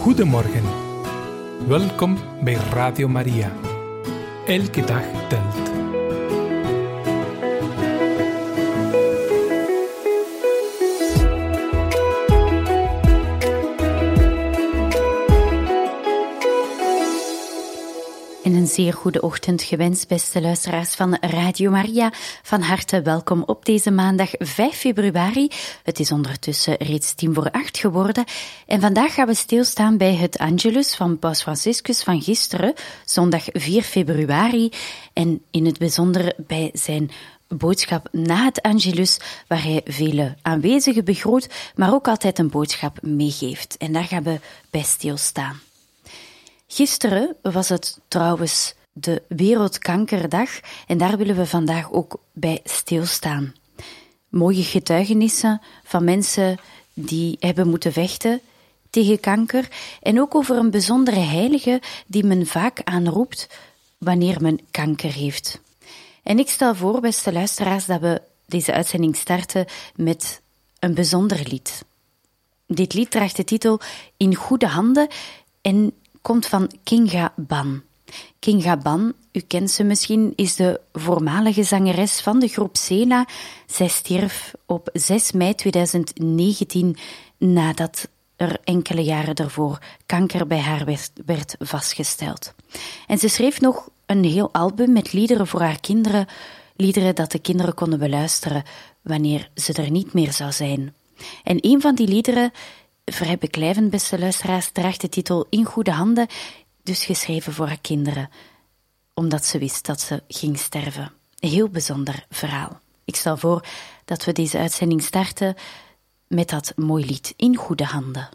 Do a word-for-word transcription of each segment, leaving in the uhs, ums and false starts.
Goedemorgen. Welkom bij Radio Maria. Elke dag telt. En een zeer goede ochtend gewenst, beste luisteraars van Radio Maria. Van harte welkom op deze maandag vijf februari. Het is ondertussen reeds tien voor acht geworden. En vandaag gaan we stilstaan bij het Angelus van Paus Franciscus van gisteren, zondag vier februari. En in het bijzonder bij zijn boodschap na het Angelus, waar hij vele aanwezigen begroet, maar ook altijd een boodschap meegeeft. En daar gaan we bij stilstaan. Gisteren was het trouwens de Wereldkankerdag en daar willen we vandaag ook bij stilstaan. Mooie getuigenissen van mensen die hebben moeten vechten tegen kanker en ook over een bijzondere heilige die men vaak aanroept wanneer men kanker heeft. En ik stel voor, beste luisteraars, dat we deze uitzending starten met een bijzonder lied. Dit lied draagt de titel In Goede Handen en komt van Kinga Ban. Kinga Ban, u kent ze misschien, is de voormalige zangeres van de groep Sela. Zij stierf op zes mei tweeduizend negentien nadat er enkele jaren daarvoor kanker bij haar werd, werd vastgesteld. En ze schreef nog een heel album met liederen voor haar kinderen, liederen dat de kinderen konden beluisteren wanneer ze er niet meer zou zijn. En een van die liederen, vrij beklijvend, beste luisteraars, draagt de titel In Goede Handen, dus geschreven voor haar kinderen, omdat ze wist dat ze ging sterven. Een heel bijzonder verhaal. Ik stel voor dat we deze uitzending starten met dat mooi lied In Goede Handen.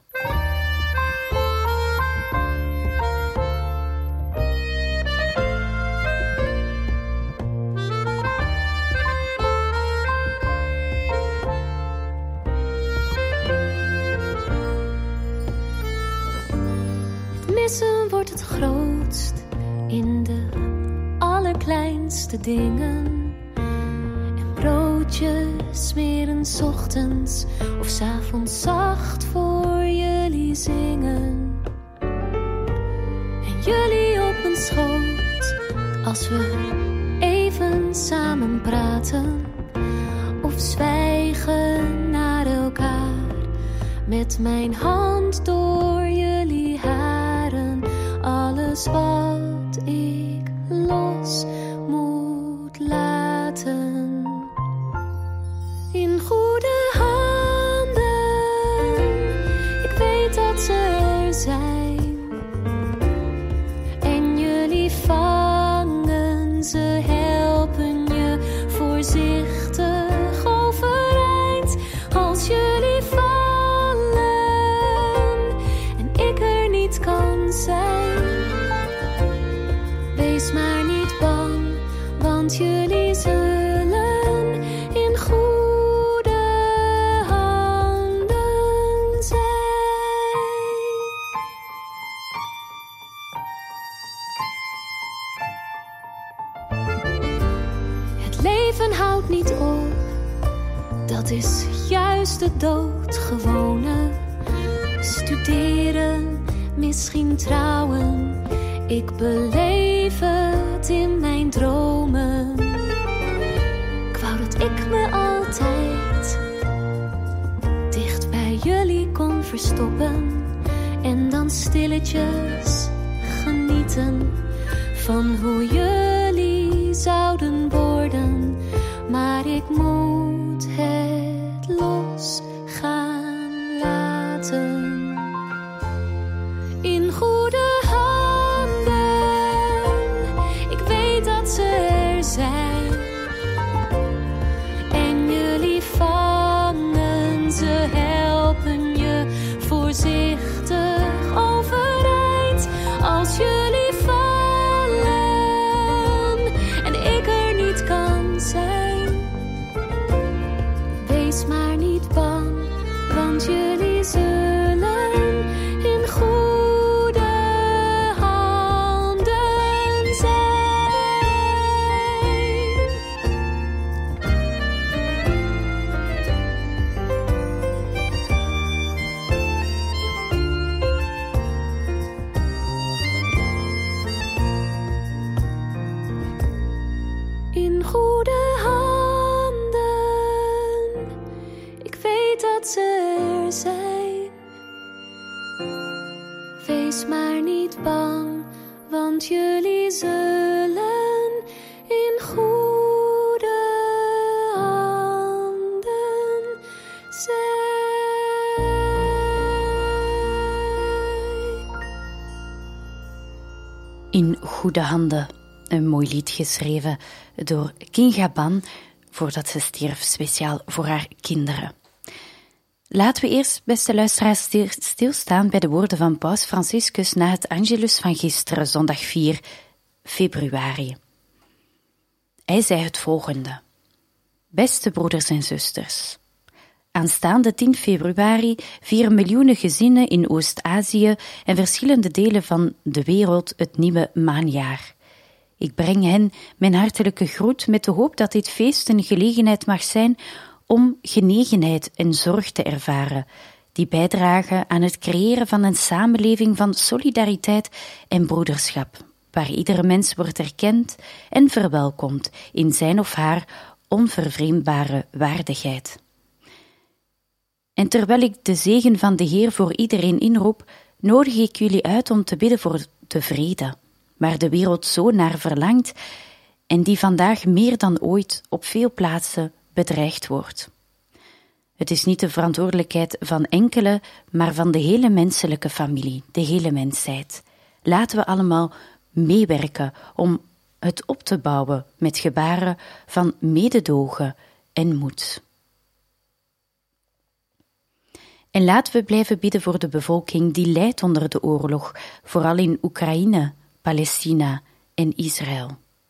Missen wordt het grootst in de allerkleinste dingen. En broodjes smeren 's ochtends of 's avonds zacht voor jullie zingen. En jullie op mijn schoot als we even samen praten. Of zwijgen naar elkaar met mijn hand door jullie haar. Alles wat ik los moet laten. In goede handen. Ik weet dat ze er zijn. En jullie vangen ze, helpen je voorzichtig overeind. Als jullie vallen en ik er niet kan zijn. Wees maar niet bang, want jullie zullen in goede handen zijn. Het leven houdt niet op, dat is juist de doodgewone. Studeren, misschien trouwen. Ik beleef het in mijn dromen. Ik wou dat ik me altijd dicht bij jullie kon verstoppen. En dan stilletjes genieten van hoe jullie zouden worden. Maar ik moet het los gaan laten. In goede zijn. En jullie vangen ze, helpen je voorzichtig overeind. Als jullie vallen en ik er niet kan zijn. Wees maar niet bang, want jullie zullen Wees maar niet bang, want jullie zullen in goede handen zijn. In goede handen, een mooi lied geschreven door Kinga Ban, voordat ze stierf, speciaal voor haar kinderen. Laten we eerst, beste luisteraars, stilstaan bij de woorden van Paus Franciscus na het Angelus van gisteren, zondag vier februari. Hij zei het volgende: Beste broeders en zusters, aanstaande tien februari vieren miljoenen gezinnen in Oost-Azië en verschillende delen van de wereld het nieuwe maanjaar. Ik breng hen mijn hartelijke groet met de hoop dat dit feest een gelegenheid mag zijn om genegenheid en zorg te ervaren, die bijdragen aan het creëren van een samenleving van solidariteit en broederschap, waar iedere mens wordt erkend en verwelkomd in zijn of haar onvervreemdbare waardigheid. En terwijl ik de zegen van de Heer voor iedereen inroep, nodig ik jullie uit om te bidden voor de vrede, waar de wereld zo naar verlangt en die vandaag meer dan ooit op veel plaatsen bedreigd wordt. Het is niet de verantwoordelijkheid van enkele, maar van de hele menselijke familie, de hele mensheid. Laten we allemaal meewerken om het op te bouwen met gebaren van mededogen en moed. En laten we blijven bidden voor de bevolking die lijdt onder de oorlog, vooral in Oekraïne, Palestina en Israël.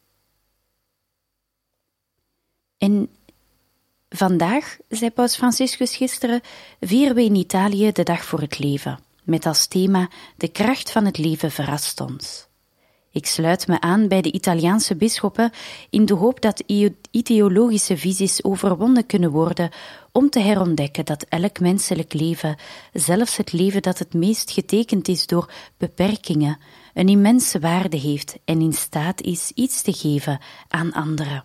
En vandaag, zei Paus Franciscus gisteren, vieren we in Italië de Dag voor het Leven, met als thema de kracht van het leven verrast ons. Ik sluit me aan bij de Italiaanse bisschoppen in de hoop dat ideologische visies overwonnen kunnen worden om te herontdekken dat elk menselijk leven, zelfs het leven dat het meest getekend is door beperkingen, een immense waarde heeft en in staat is iets te geven aan anderen.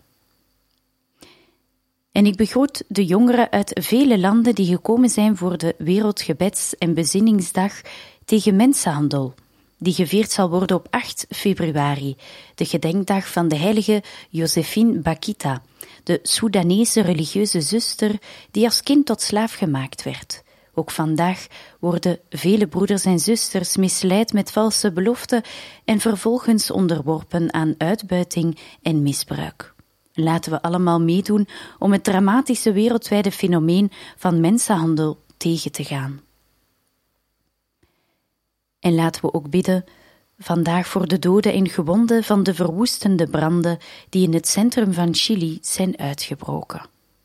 En ik begroet de jongeren uit vele landen die gekomen zijn voor de Wereldgebeds- en Bezinningsdag tegen mensenhandel, die gevierd zal worden op acht februari, de gedenkdag van de heilige Josephine Bakita, de Soedanese religieuze zuster die als kind tot slaaf gemaakt werd. Ook vandaag worden vele broeders en zusters misleid met valse beloften en vervolgens onderworpen aan uitbuiting en misbruik. Laten we allemaal meedoen om het dramatische wereldwijde fenomeen van mensenhandel tegen te gaan. En laten we ook bidden vandaag voor de doden en gewonden van de verwoestende branden die in het centrum van Chili zijn uitgebroken.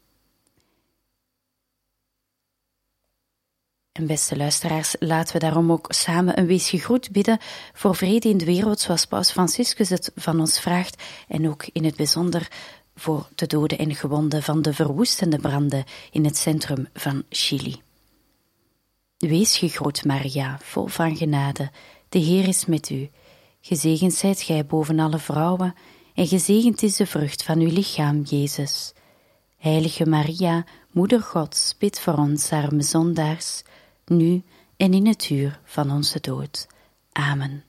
En beste luisteraars, laten we daarom ook samen een wees gegroet bidden voor vrede in de wereld, zoals Paus Franciscus het van ons vraagt, en ook in het bijzonder voor de doden en gewonden van de verwoestende branden in het centrum van Chili. Wees gegroet, Maria, vol van genade, de Heer is met u. Gezegend zijt gij boven alle vrouwen, en gezegend is de vrucht van uw lichaam, Jezus. Heilige Maria, Moeder Gods, bid voor ons arme zondaars, nu en in het uur van onze dood. Amen.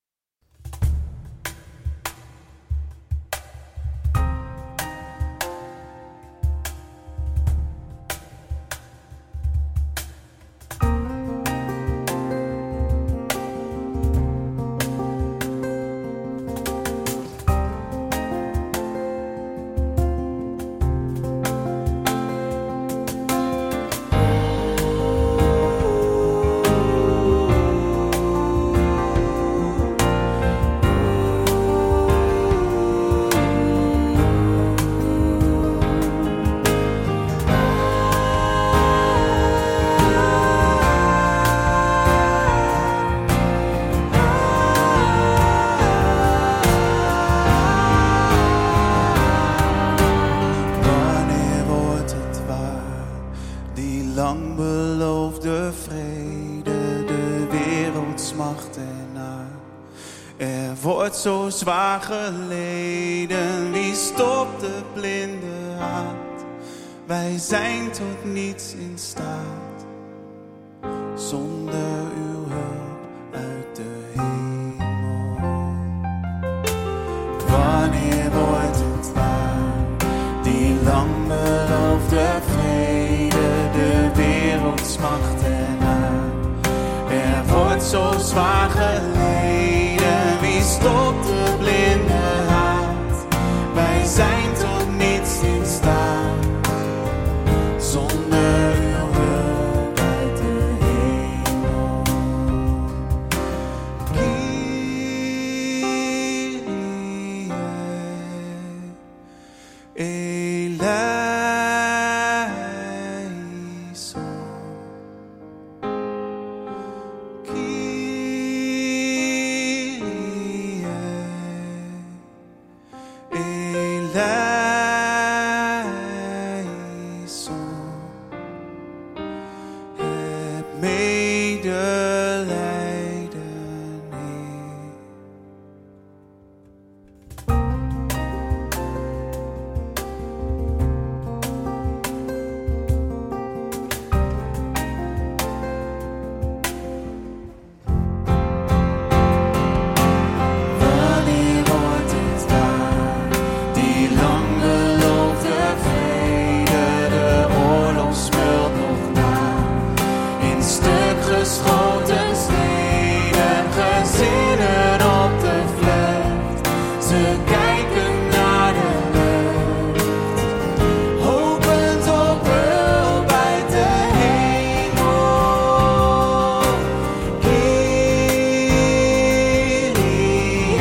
Zo zwaar geleden, wie stopt de blinde haat? Wij zijn tot niets in staat, zonder uw hulp uit de Heer. Wanneer wordt het waar, die lang beloofde vrede, de oorlog smult nog na. In stuk geschoten steden, gezinnen op de vlucht. Ze kijken naar de lucht, hopend op hulp uit de hemel. Kyrie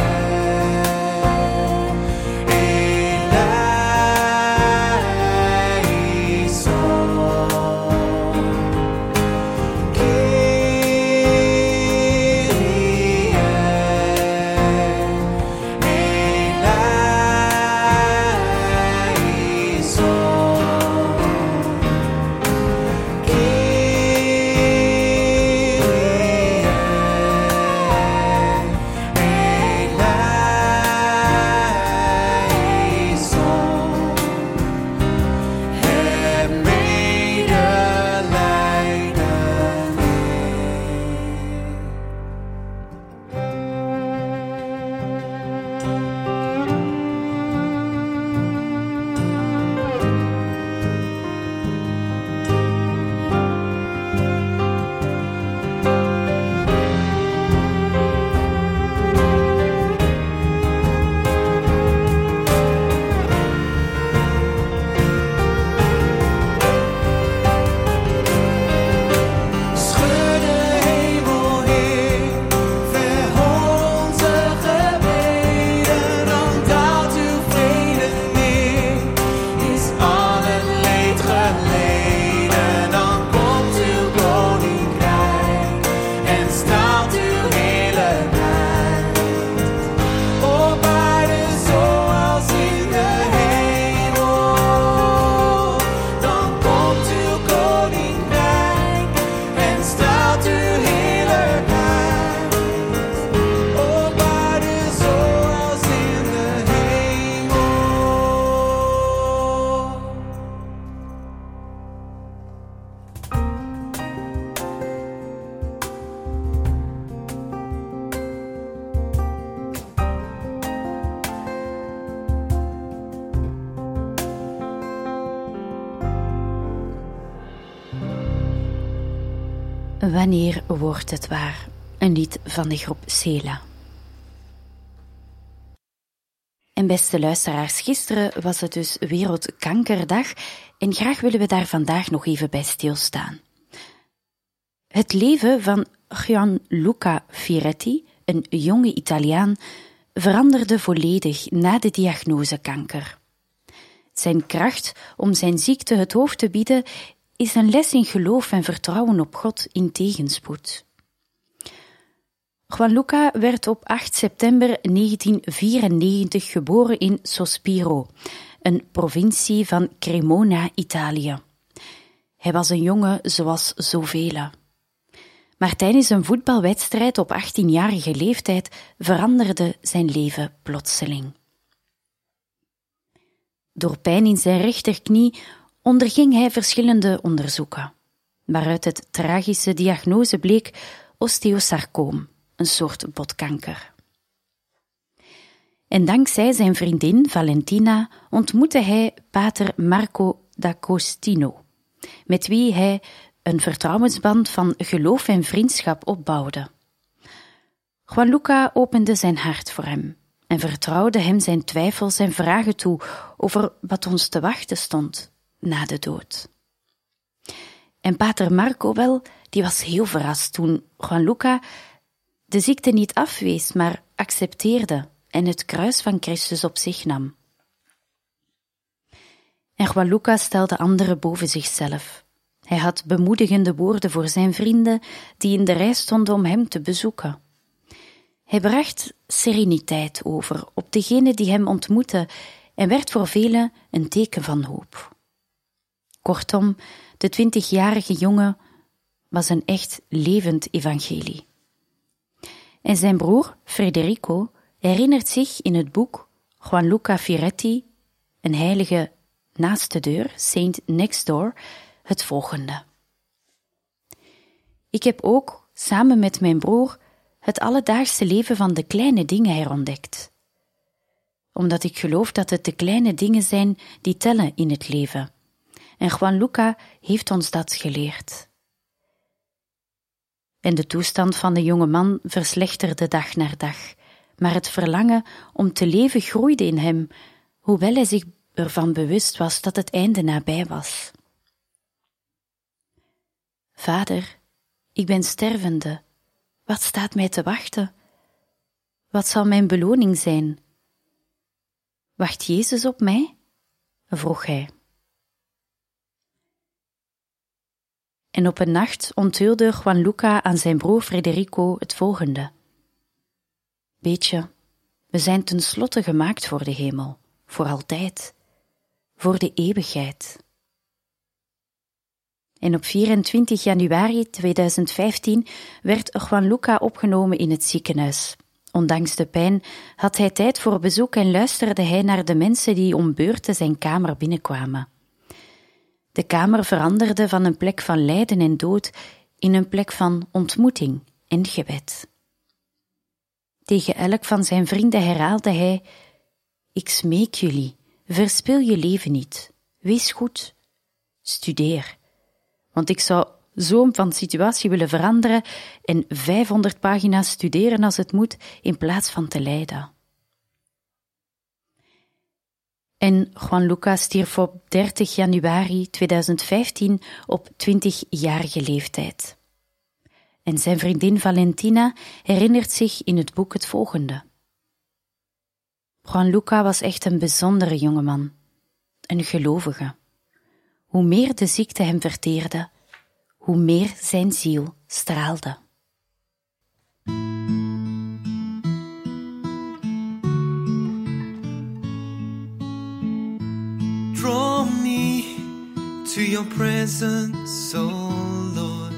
Wanneer wordt het waar? Een lied van de groep Sela. En beste luisteraars, gisteren was het dus Wereldkankerdag en graag willen we daar vandaag nog even bij stilstaan. Het leven van Gianluca Firetti, een jonge Italiaan, veranderde volledig na de diagnose kanker. Zijn kracht om zijn ziekte het hoofd te bieden is een les in geloof en vertrouwen op God in tegenspoed. Gianluca werd op acht september negentien vierennegentig geboren in Sospiro, een provincie van Cremona, Italië. Hij was een jongen zoals zoveel. Maar tijdens een voetbalwedstrijd op achttienjarige leeftijd veranderde zijn leven plotseling. Door pijn in zijn rechterknie onderging hij verschillende onderzoeken, waaruit het tragische diagnose bleek osteosarcoom, een soort botkanker. En dankzij zijn vriendin Valentina ontmoette hij pater Marco d'Agostino, met wie hij een vertrouwensband van geloof en vriendschap opbouwde. Gianluca opende zijn hart voor hem en vertrouwde hem zijn twijfels en vragen toe over wat ons te wachten stond na de dood. En pater Marco wel, die was heel verrast toen Gianluca de ziekte niet afwees, maar accepteerde en het kruis van Christus op zich nam. En Gianluca stelde anderen boven zichzelf. Hij had bemoedigende woorden voor zijn vrienden die in de rij stonden om hem te bezoeken. Hij bracht sereniteit over op degenen die hem ontmoetten en werd voor velen een teken van hoop. Kortom, de twintigjarige jongen was een echt levend evangelie. En zijn broer, Federico, herinnert zich in het boek Gianluca Firetti, een heilige naast de deur, Saint Next Door, het volgende. Ik heb ook, samen met mijn broer, het alledaagse leven van de kleine dingen herontdekt. Omdat ik geloof dat het de kleine dingen zijn die tellen in het leven. En Gianluca heeft ons dat geleerd. En de toestand van de jonge man verslechterde dag na dag, maar het verlangen om te leven groeide in hem, hoewel hij zich ervan bewust was dat het einde nabij was. Vader, ik ben stervende. Wat staat mij te wachten? Wat zal mijn beloning zijn? Wacht Jezus op mij? Vroeg hij. En op een nacht onthulde Gianluca aan zijn broer Federico het volgende. Weet je, we zijn tenslotte gemaakt voor de hemel, voor altijd, voor de eeuwigheid. En op vierentwintig januari tweeduizend vijftien werd Gianluca opgenomen in het ziekenhuis. Ondanks de pijn had hij tijd voor bezoek en luisterde hij naar de mensen die om beurten zijn kamer binnenkwamen. De kamer veranderde van een plek van lijden en dood in een plek van ontmoeting en gebed. Tegen elk van zijn vrienden herhaalde hij: ik smeek jullie, verspil je leven niet, wees goed, studeer. Want ik zou zo van situatie willen veranderen en vijfhonderd pagina's studeren als het moet, in plaats van te lijden. En Gianluca stierf op dertig januari tweeduizend vijftien op twintigjarige leeftijd. En zijn vriendin Valentina herinnert zich in het boek het volgende. Gianluca was echt een bijzondere jongeman, een gelovige. Hoe meer de ziekte hem verteerde, hoe meer zijn ziel straalde. Draw me to your presence, oh Lord.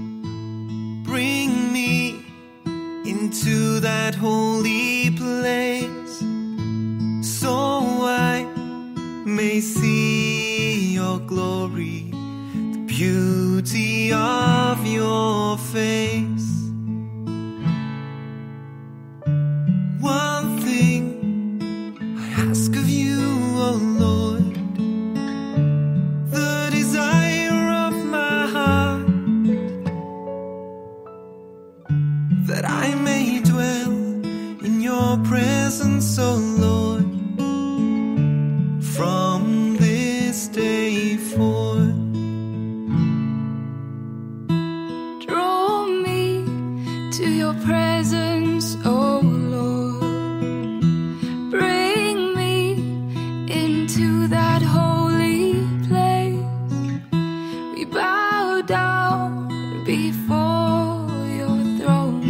Bring me into that holy place, so I may see your glory, the beauty of your face. One thing I ask of you, oh Lord, the desire of my heart, that I may dwell in your presence, oh Lord, from this day forth. Draw me to your presence, oh Lord. Bring me into that holy place. We bow down before your throne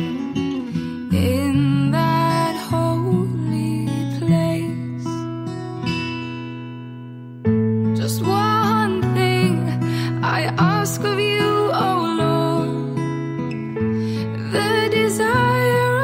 in that holy place. Just one thing I ask of you, oh Lord, the desire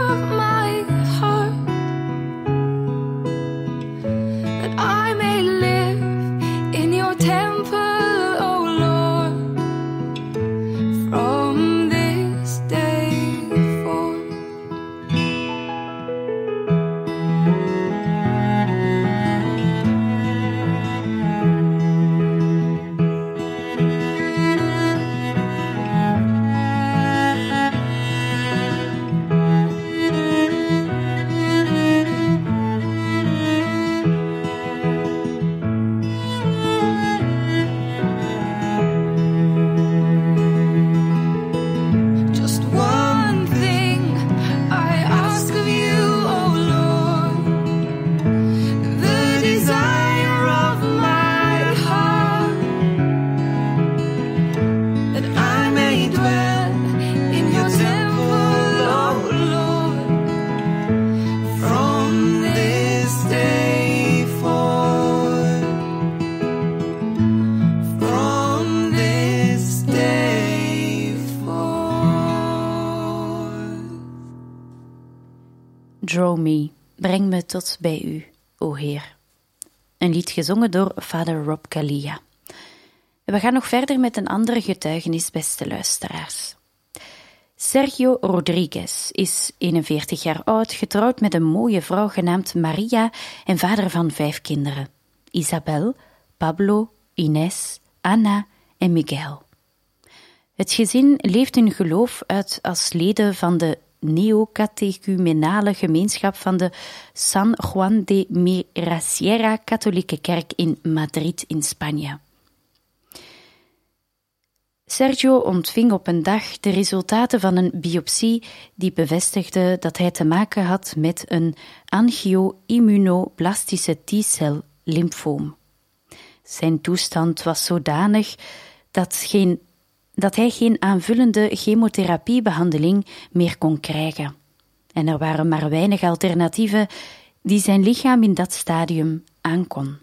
Draw me, breng me tot bij u, o Heer. Een lied gezongen door vader Rob Kalia. We gaan nog verder met een andere getuigenis, beste luisteraars. Sergio Rodriguez is eenenveertig jaar oud, getrouwd met een mooie vrouw genaamd Maria en vader van vijf kinderen. Isabel, Pablo, Inés, Anna en Miguel. Het gezin leeft hun geloof uit als leden van de neocatechumenale gemeenschap van de San Juan de Mirasierra katholieke kerk in Madrid in Spanje. Sergio ontving op een dag de resultaten van een biopsie die bevestigde dat hij te maken had met een angio-immunoblastische T-cel lymfoom. Zijn toestand was zodanig dat, geen, dat hij geen aanvullende chemotherapiebehandeling meer kon krijgen. En er waren maar weinig alternatieven die zijn lichaam in dat stadium aankon.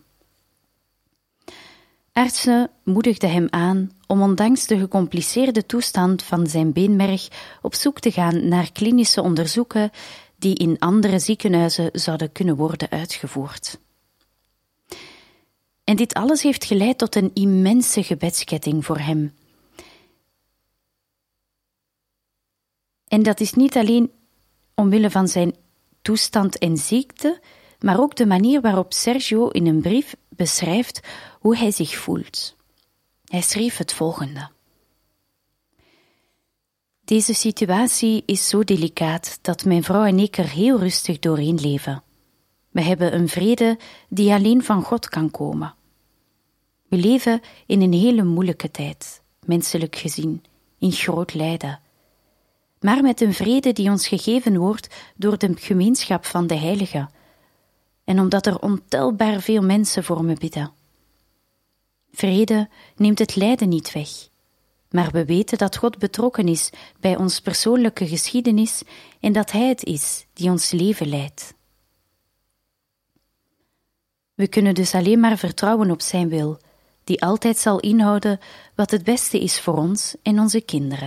Artsen moedigden hem aan om ondanks de gecompliceerde toestand van zijn beenmerg op zoek te gaan naar klinische onderzoeken die in andere ziekenhuizen zouden kunnen worden uitgevoerd. En dit alles heeft geleid tot een immense gebedsketting voor hem. En dat is niet alleen omwille van zijn toestand en ziekte, maar ook de manier waarop Sergio in een brief beschrijft hoe hij zich voelt. Hij schreef het volgende. Deze situatie is zo delicaat dat mijn vrouw en ik er heel rustig doorheen leven. We hebben een vrede die alleen van God kan komen. We leven in een hele moeilijke tijd, menselijk gezien, in groot lijden. Maar met een vrede die ons gegeven wordt door de gemeenschap van de heiligen, en omdat er ontelbaar veel mensen voor me bidden. Vrede neemt het lijden niet weg, maar we weten dat God betrokken is bij ons persoonlijke geschiedenis en dat Hij het is die ons leven leidt. We kunnen dus alleen maar vertrouwen op Zijn wil, die altijd zal inhouden wat het beste is voor ons en onze kinderen.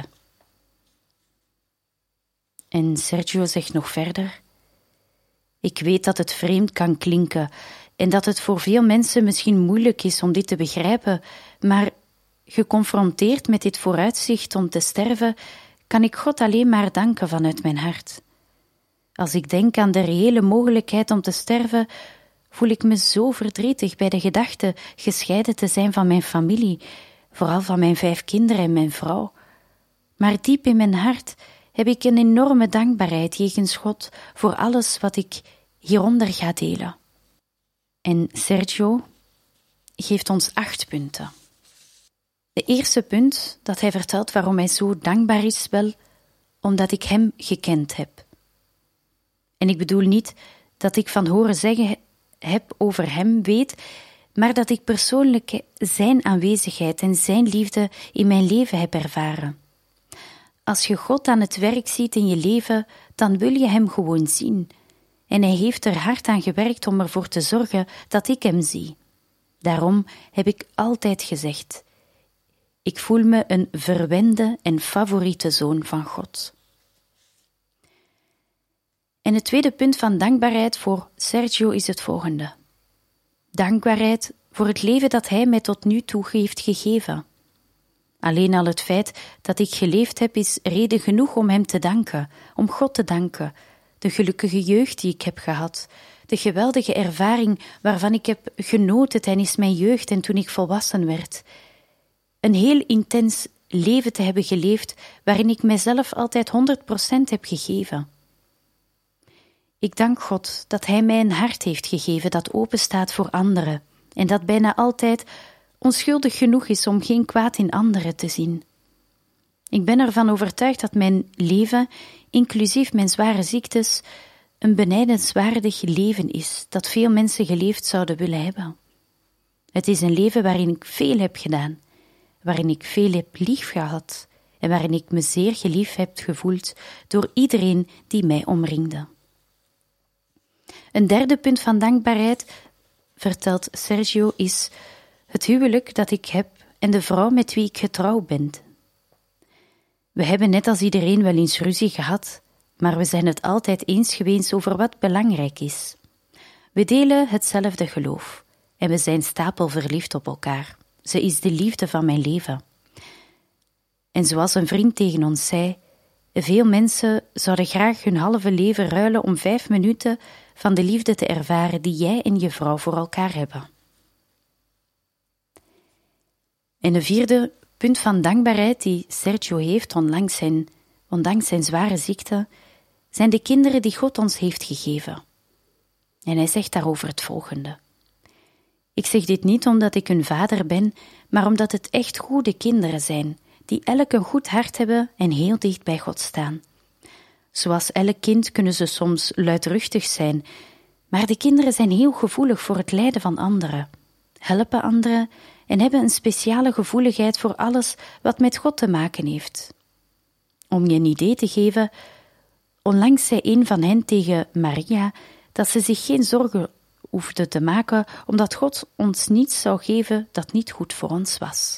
En Sergio zegt nog verder: ik weet dat het vreemd kan klinken en dat het voor veel mensen misschien moeilijk is om dit te begrijpen, maar geconfronteerd met dit vooruitzicht om te sterven, kan ik God alleen maar danken vanuit mijn hart. Als ik denk aan de reële mogelijkheid om te sterven, voel ik me zo verdrietig bij de gedachte gescheiden te zijn van mijn familie, vooral van mijn vijf kinderen en mijn vrouw. Maar diep in mijn hart heb ik een enorme dankbaarheid jegens God voor alles wat ik hieronder ga delen. En Sergio geeft ons acht punten. De eerste punt dat hij vertelt waarom hij zo dankbaar is, wel omdat ik hem gekend heb. En ik bedoel niet dat ik van horen zeggen heb over hem weet, maar dat ik persoonlijk zijn aanwezigheid en zijn liefde in mijn leven heb ervaren. Als je God aan het werk ziet in je leven, dan wil je hem gewoon zien. En hij heeft er hard aan gewerkt om ervoor te zorgen dat ik hem zie. Daarom heb ik altijd gezegd: ik voel me een verwende en favoriete zoon van God. En het tweede punt van dankbaarheid voor Sergio is het volgende. Dankbaarheid voor het leven dat hij mij tot nu toe heeft gegeven. Alleen al het feit dat ik geleefd heb is reden genoeg om hem te danken, om God te danken, de gelukkige jeugd die ik heb gehad, de geweldige ervaring waarvan ik heb genoten tijdens mijn jeugd en toen ik volwassen werd. Een heel intens leven te hebben geleefd waarin ik mijzelf altijd honderd procent heb gegeven. Ik dank God dat Hij mij een hart heeft gegeven dat openstaat voor anderen en dat bijna altijd onschuldig genoeg is om geen kwaad in anderen te zien. Ik ben ervan overtuigd dat mijn leven, inclusief mijn zware ziektes, een benijdenswaardig leven is, dat veel mensen geleefd zouden willen hebben. Het is een leven waarin ik veel heb gedaan, waarin ik veel heb lief gehad en waarin ik me zeer geliefd heb gevoeld door iedereen die mij omringde. Een derde punt van dankbaarheid, vertelt Sergio, is het huwelijk dat ik heb en de vrouw met wie ik getrouwd ben. We hebben net als iedereen wel eens ruzie gehad, maar we zijn het altijd eens geweest over wat belangrijk is. We delen hetzelfde geloof en we zijn stapelverliefd op elkaar. Ze is de liefde van mijn leven. En zoals een vriend tegen ons zei, veel mensen zouden graag hun halve leven ruilen om vijf minuten van de liefde te ervaren die jij en je vrouw voor elkaar hebben. En een vierde punt van dankbaarheid die Sergio heeft ondanks zijn, ondanks zijn zware ziekte, zijn de kinderen die God ons heeft gegeven. En hij zegt daarover het volgende. Ik zeg dit niet omdat ik hun vader ben, maar omdat het echt goede kinderen zijn, die elk een goed hart hebben en heel dicht bij God staan. Zoals elk kind kunnen ze soms luidruchtig zijn, maar de kinderen zijn heel gevoelig voor het lijden van anderen, helpen anderen en hebben een speciale gevoeligheid voor alles wat met God te maken heeft. Om je een idee te geven, onlangs zei een van hen tegen Maria dat ze zich geen zorgen hoefde te maken, omdat God ons niets zou geven dat niet goed voor ons was.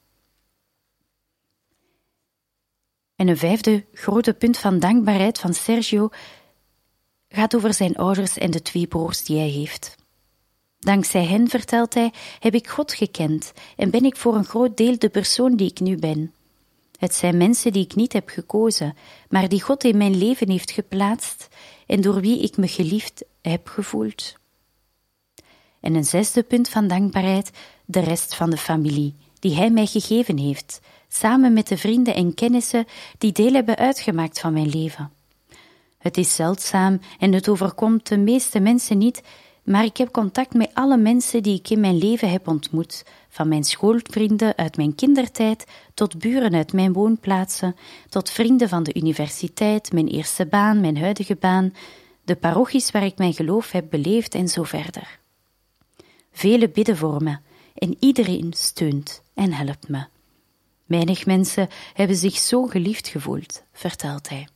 En een vijfde grote punt van dankbaarheid van Sergio gaat over zijn ouders en de twee broers die hij heeft. Dankzij hen, vertelt hij, heb ik God gekend en ben ik voor een groot deel de persoon die ik nu ben. Het zijn mensen die ik niet heb gekozen, maar die God in mijn leven heeft geplaatst en door wie ik me geliefd heb gevoeld. En een zesde punt van dankbaarheid, de rest van de familie, die hij mij gegeven heeft, samen met de vrienden en kennissen die deel hebben uitgemaakt van mijn leven. Het is zeldzaam en het overkomt de meeste mensen niet, maar ik heb contact met alle mensen die ik in mijn leven heb ontmoet, van mijn schoolvrienden uit mijn kindertijd, tot buren uit mijn woonplaatsen, tot vrienden van de universiteit, mijn eerste baan, mijn huidige baan, de parochies waar ik mijn geloof heb beleefd en zo verder. Velen bidden voor me en iedereen steunt en helpt me. Weinig mensen hebben zich zo geliefd gevoeld, vertelt hij.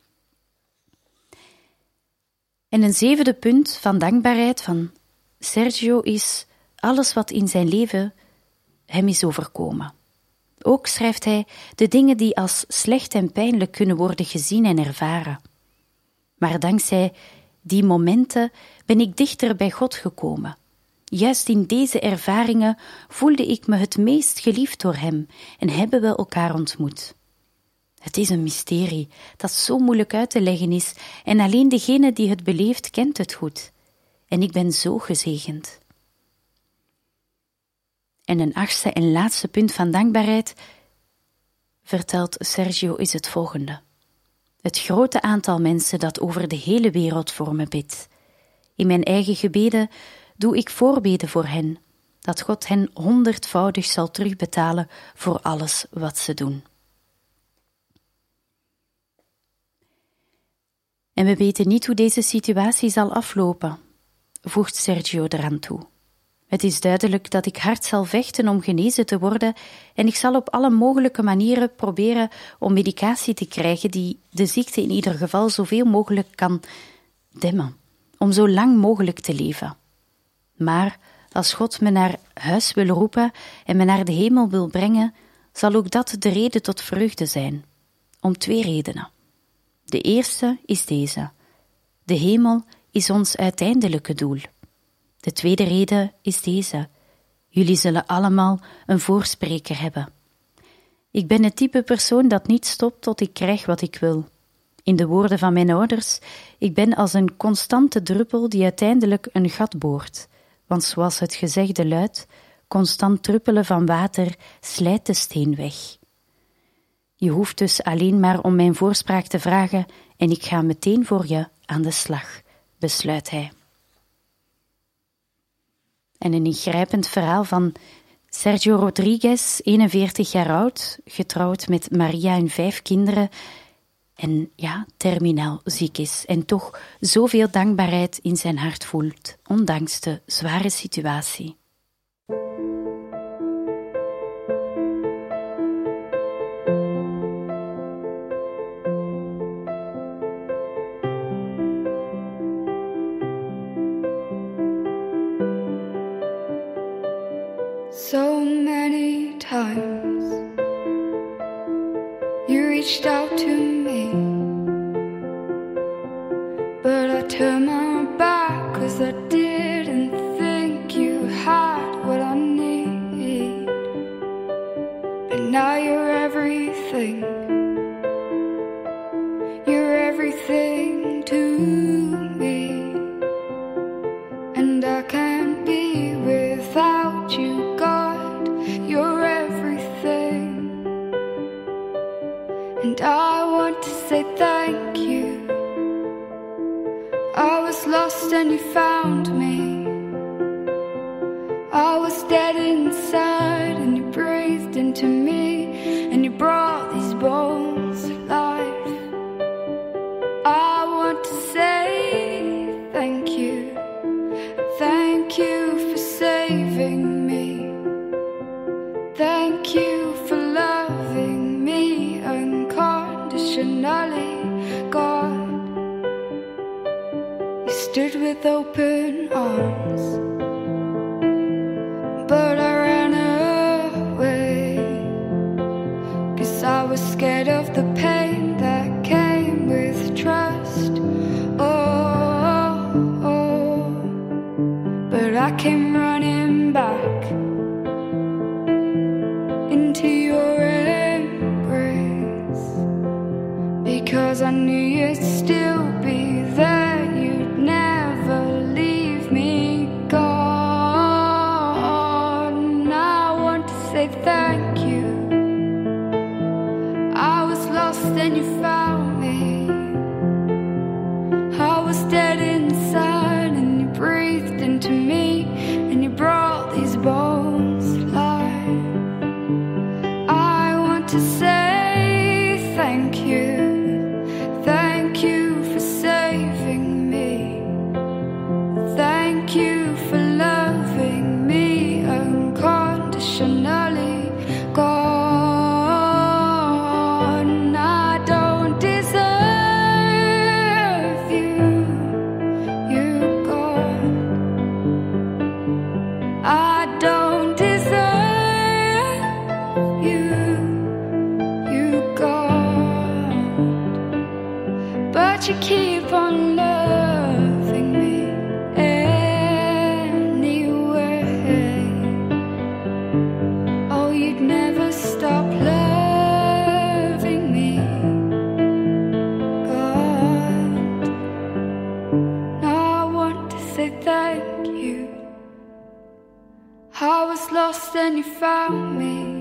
En een zevende punt van dankbaarheid van Sergio is alles wat in zijn leven hem is overkomen. Ook schrijft hij de dingen die als slecht en pijnlijk kunnen worden gezien en ervaren. Maar dankzij die momenten ben ik dichter bij God gekomen. Juist in deze ervaringen voelde ik me het meest geliefd door hem en hebben we elkaar ontmoet. Het is een mysterie dat zo moeilijk uit te leggen is en alleen degene die het beleeft kent het goed. En ik ben zo gezegend. En een achtste en laatste punt van dankbaarheid, vertelt Sergio, is het volgende. Het grote aantal mensen dat over de hele wereld voor me bidt. In mijn eigen gebeden doe ik voorbeden voor hen, dat God hen honderdvoudig zal terugbetalen voor alles wat ze doen. En we weten niet hoe deze situatie zal aflopen, voegt Sergio eraan toe. Het is duidelijk dat ik hard zal vechten om genezen te worden en ik zal op alle mogelijke manieren proberen om medicatie te krijgen die de ziekte in ieder geval zoveel mogelijk kan demmen, om zo lang mogelijk te leven. Maar als God me naar huis wil roepen en me naar de hemel wil brengen, zal ook dat de reden tot vreugde zijn, om twee redenen. De eerste is deze. De hemel is ons uiteindelijke doel. De tweede reden is deze. Jullie zullen allemaal een voorspreker hebben. Ik ben het type persoon dat niet stopt tot ik krijg wat ik wil. In de woorden van mijn ouders, ik ben als een constante druppel die uiteindelijk een gat boort. Want zoals het gezegde luidt, constant druppelen van water slijt de steen weg. Je hoeft dus alleen maar om mijn voorspraak te vragen en ik ga meteen voor je aan de slag, besluit hij. En een ingrijpend verhaal van Sergio Rodriguez, eenenveertig jaar oud, getrouwd met Maria en vijf kinderen en ja, terminaal ziek is en toch zoveel dankbaarheid in zijn hart voelt, ondanks de zware situatie. So many times you reached out to me everything to me, and I can't be without you, God. You're everything, and I want to say thank you. I was lost and you found me. I was dead inside and you breathed into me, and you brought these bones to life. I want to say thank you. Thank you for saving me. Thank you for loving me unconditionally, God. You stood with open arms, but I ran away, 'cause I was scared of the pain that came with trust. Oh, oh, but I came running back into your embrace, because I knew you'd still be there. You'd never leave me, God. And I want to say thank you. I was lost and you found me. I was dead inside and you breathed into me, and you brought these bones to life. I want to say thank you. Thank you for saving me. Thank you for loving me unconditionally, God. And I don't deserve you, you God. I don't deserve you, you God. But you keep on loving me anyway. Oh, you'd never stop loving me, God. Now I want to say thank you. I was lost and you found me.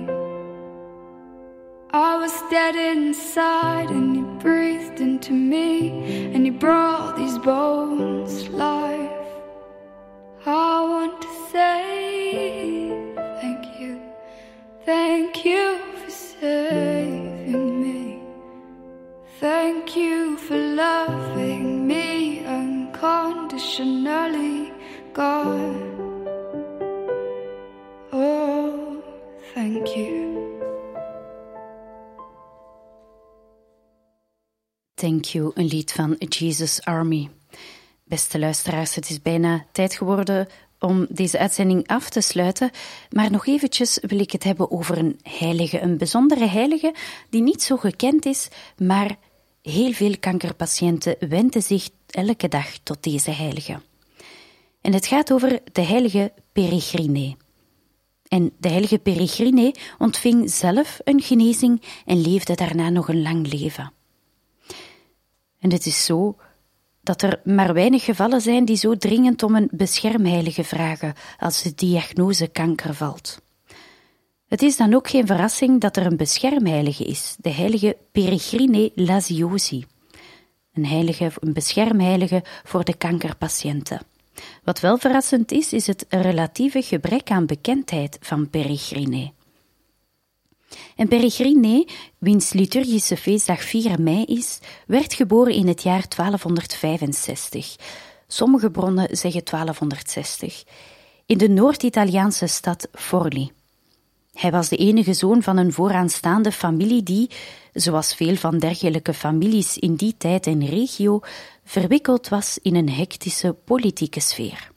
I was dead inside and you breathed into me, and you brought these bones to life. I want to say thank you. Thank you for saving me. Thank you for loving me unconditionally, God. Oh, thank you. Thank You, een lied van Jesus Army. Beste luisteraars, het is bijna tijd geworden om deze uitzending af te sluiten, maar nog eventjes wil ik het hebben over een heilige, een bijzondere heilige die niet zo gekend is, maar heel veel kankerpatiënten wenden zich elke dag tot deze heilige. En het gaat over de heilige Peregrine. En de heilige Peregrine ontving zelf een genezing en leefde daarna nog een lang leven. En het is zo dat er maar weinig gevallen zijn die zo dringend om een beschermheilige vragen als de diagnose kanker valt. Het is dan ook geen verrassing dat er een beschermheilige is, de heilige Peregrine Laziosi. Een heilige, een beschermheilige voor de kankerpatiënten. Wat wel verrassend is, is het relatieve gebrek aan bekendheid van Peregrine. En Peregrine, wiens liturgische feestdag vier mei is, werd geboren in het jaar twaalfhonderdvijfenzestig. Sommige bronnen zeggen twaalfhonderdzestig. In de Noord-Italiaanse stad Forli. Hij was de enige zoon van een vooraanstaande familie die, zoals veel van dergelijke families in die tijd en regio, verwikkeld was in een hectische politieke sfeer.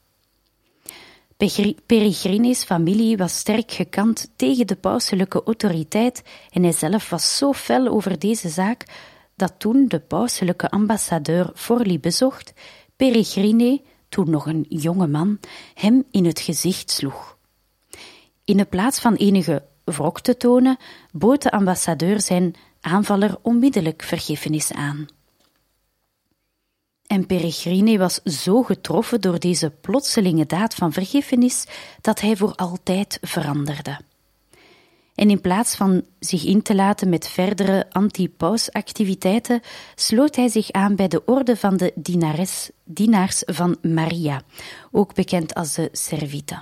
Peregrine's familie was sterk gekant tegen de pauselijke autoriteit en hij zelf was zo fel over deze zaak dat toen de pauselijke ambassadeur Forli bezocht, Peregrine, toen nog een jonge man, hem in het gezicht sloeg. In de plaats van enige wrok te tonen, bood de ambassadeur zijn aanvaller onmiddellijk vergiffenis aan. En Peregrine was zo getroffen door deze plotselinge daad van vergiffenis dat hij voor altijd veranderde. En in plaats van zich in te laten met verdere anti-pausactiviteiten, sloot hij zich aan bij de orde van de dienares, dienaars van Maria, ook bekend als de Servieten.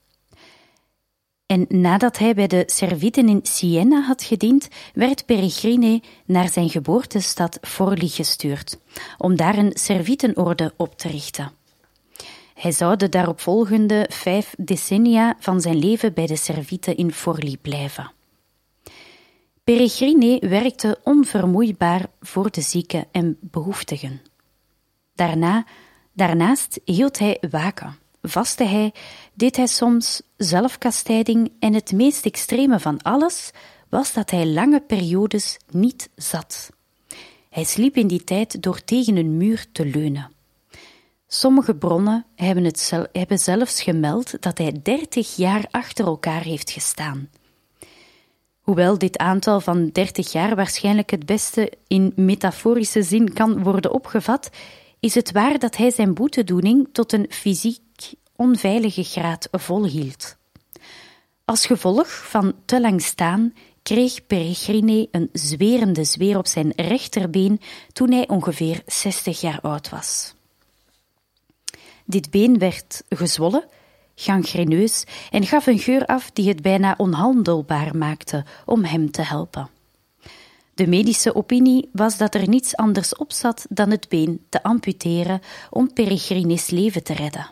En nadat hij bij de Servieten in Siena had gediend, werd Peregrine naar zijn geboortestad Forli gestuurd, om daar een Servietenorde op te richten. Hij zou de daaropvolgende vijf decennia van zijn leven bij de Servieten in Forli blijven. Peregrine werkte onvermoeibaar voor de zieken en behoeftigen. Daarna, daarnaast hield hij waken, vastte hij, deed hij soms zelfkastijding en het meest extreme van alles was dat hij lange periodes niet zat. Hij sliep in die tijd door tegen een muur te leunen. Sommige bronnen hebben, het zel- hebben zelfs gemeld dat hij dertig jaar achter elkaar heeft gestaan. Hoewel dit aantal van dertig jaar waarschijnlijk het beste in metaforische zin kan worden opgevat, is het waar dat hij zijn boetedoening tot een fysiek onveilige graad volhield. Als gevolg van te lang staan kreeg Peregrine een zwerende zweer op zijn rechterbeen toen hij ongeveer zestig jaar oud was. Dit been werd gezwollen, gangreneus en gaf een geur af die het bijna onhandelbaar maakte om hem te helpen. De medische opinie was dat er niets anders op zat dan het been te amputeren om Peregrines leven te redden.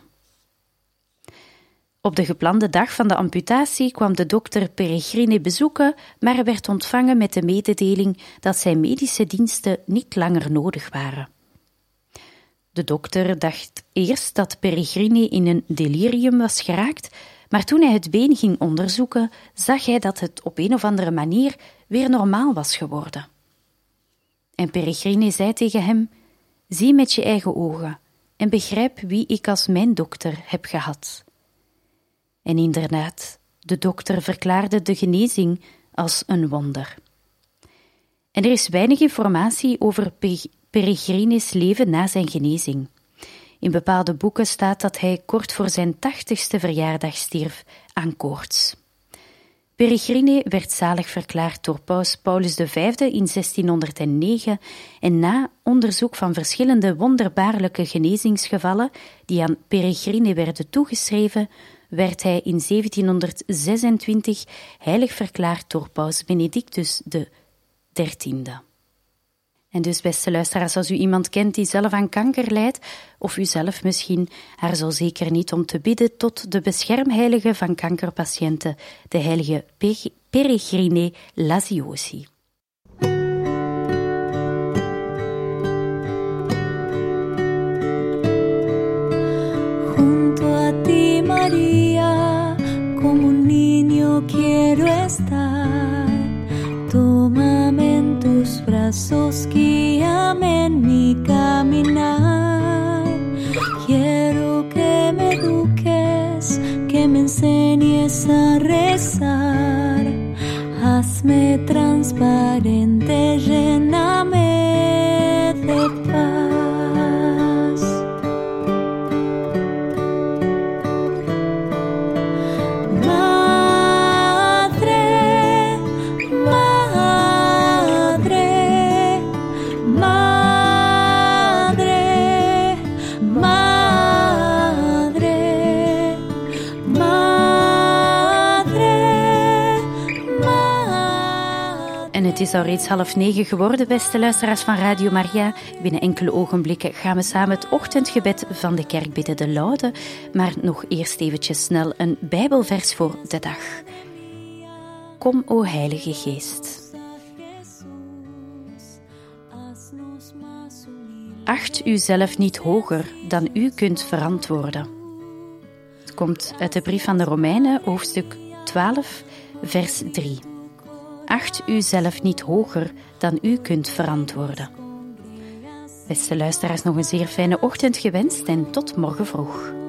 Op de geplande dag van de amputatie kwam de dokter Peregrine bezoeken, maar werd ontvangen met de mededeling dat zijn medische diensten niet langer nodig waren. De dokter dacht eerst dat Peregrine in een delirium was geraakt, maar toen hij het been ging onderzoeken, zag hij dat het op een of andere manier weer normaal was geworden. En Peregrine zei tegen hem: zie met je eigen ogen en begrijp wie ik als mijn dokter heb gehad. En inderdaad, de dokter verklaarde de genezing als een wonder. En er is weinig informatie over Pe- Peregrines leven na zijn genezing. In bepaalde boeken staat dat hij kort voor zijn tachtigste verjaardag stierf aan koorts. Peregrine werd zalig verklaard door paus Paulus de Vijfde in zestienhonderdnegen en na onderzoek van verschillende wonderbaarlijke genezingsgevallen die aan Peregrine werden toegeschreven, werd hij in zeventienhonderdzesentwintig heilig verklaard door paus Benedictus de dertiende. En dus, beste luisteraars, als u iemand kent die zelf aan kanker lijdt, of u zelf misschien, aarzel zeker niet om te bidden tot de beschermheilige van kankerpatiënten, de heilige Pe- Peregrine Laziosi. Junto a ti, María, como un niño quiero estar. Tómame en tus brazos, guíame en mi caminar. Quiero que me eduques, que me enseñes a rezar. Hazme transparente, lléname de paz. Het is al reeds half negen geworden, beste luisteraars van Radio Maria. Binnen enkele ogenblikken gaan we samen het ochtendgebed van de kerk bidden, de Laude. Maar nog eerst eventjes snel een Bijbelvers voor de dag. Kom, o Heilige Geest. Acht u zelf niet hoger dan u kunt verantwoorden. Het komt uit de brief van de Romeinen, hoofdstuk twaalf, vers drie. Acht u zelf niet hoger dan u kunt verantwoorden. Beste luisteraars, nog een zeer fijne ochtend gewenst en tot morgen vroeg.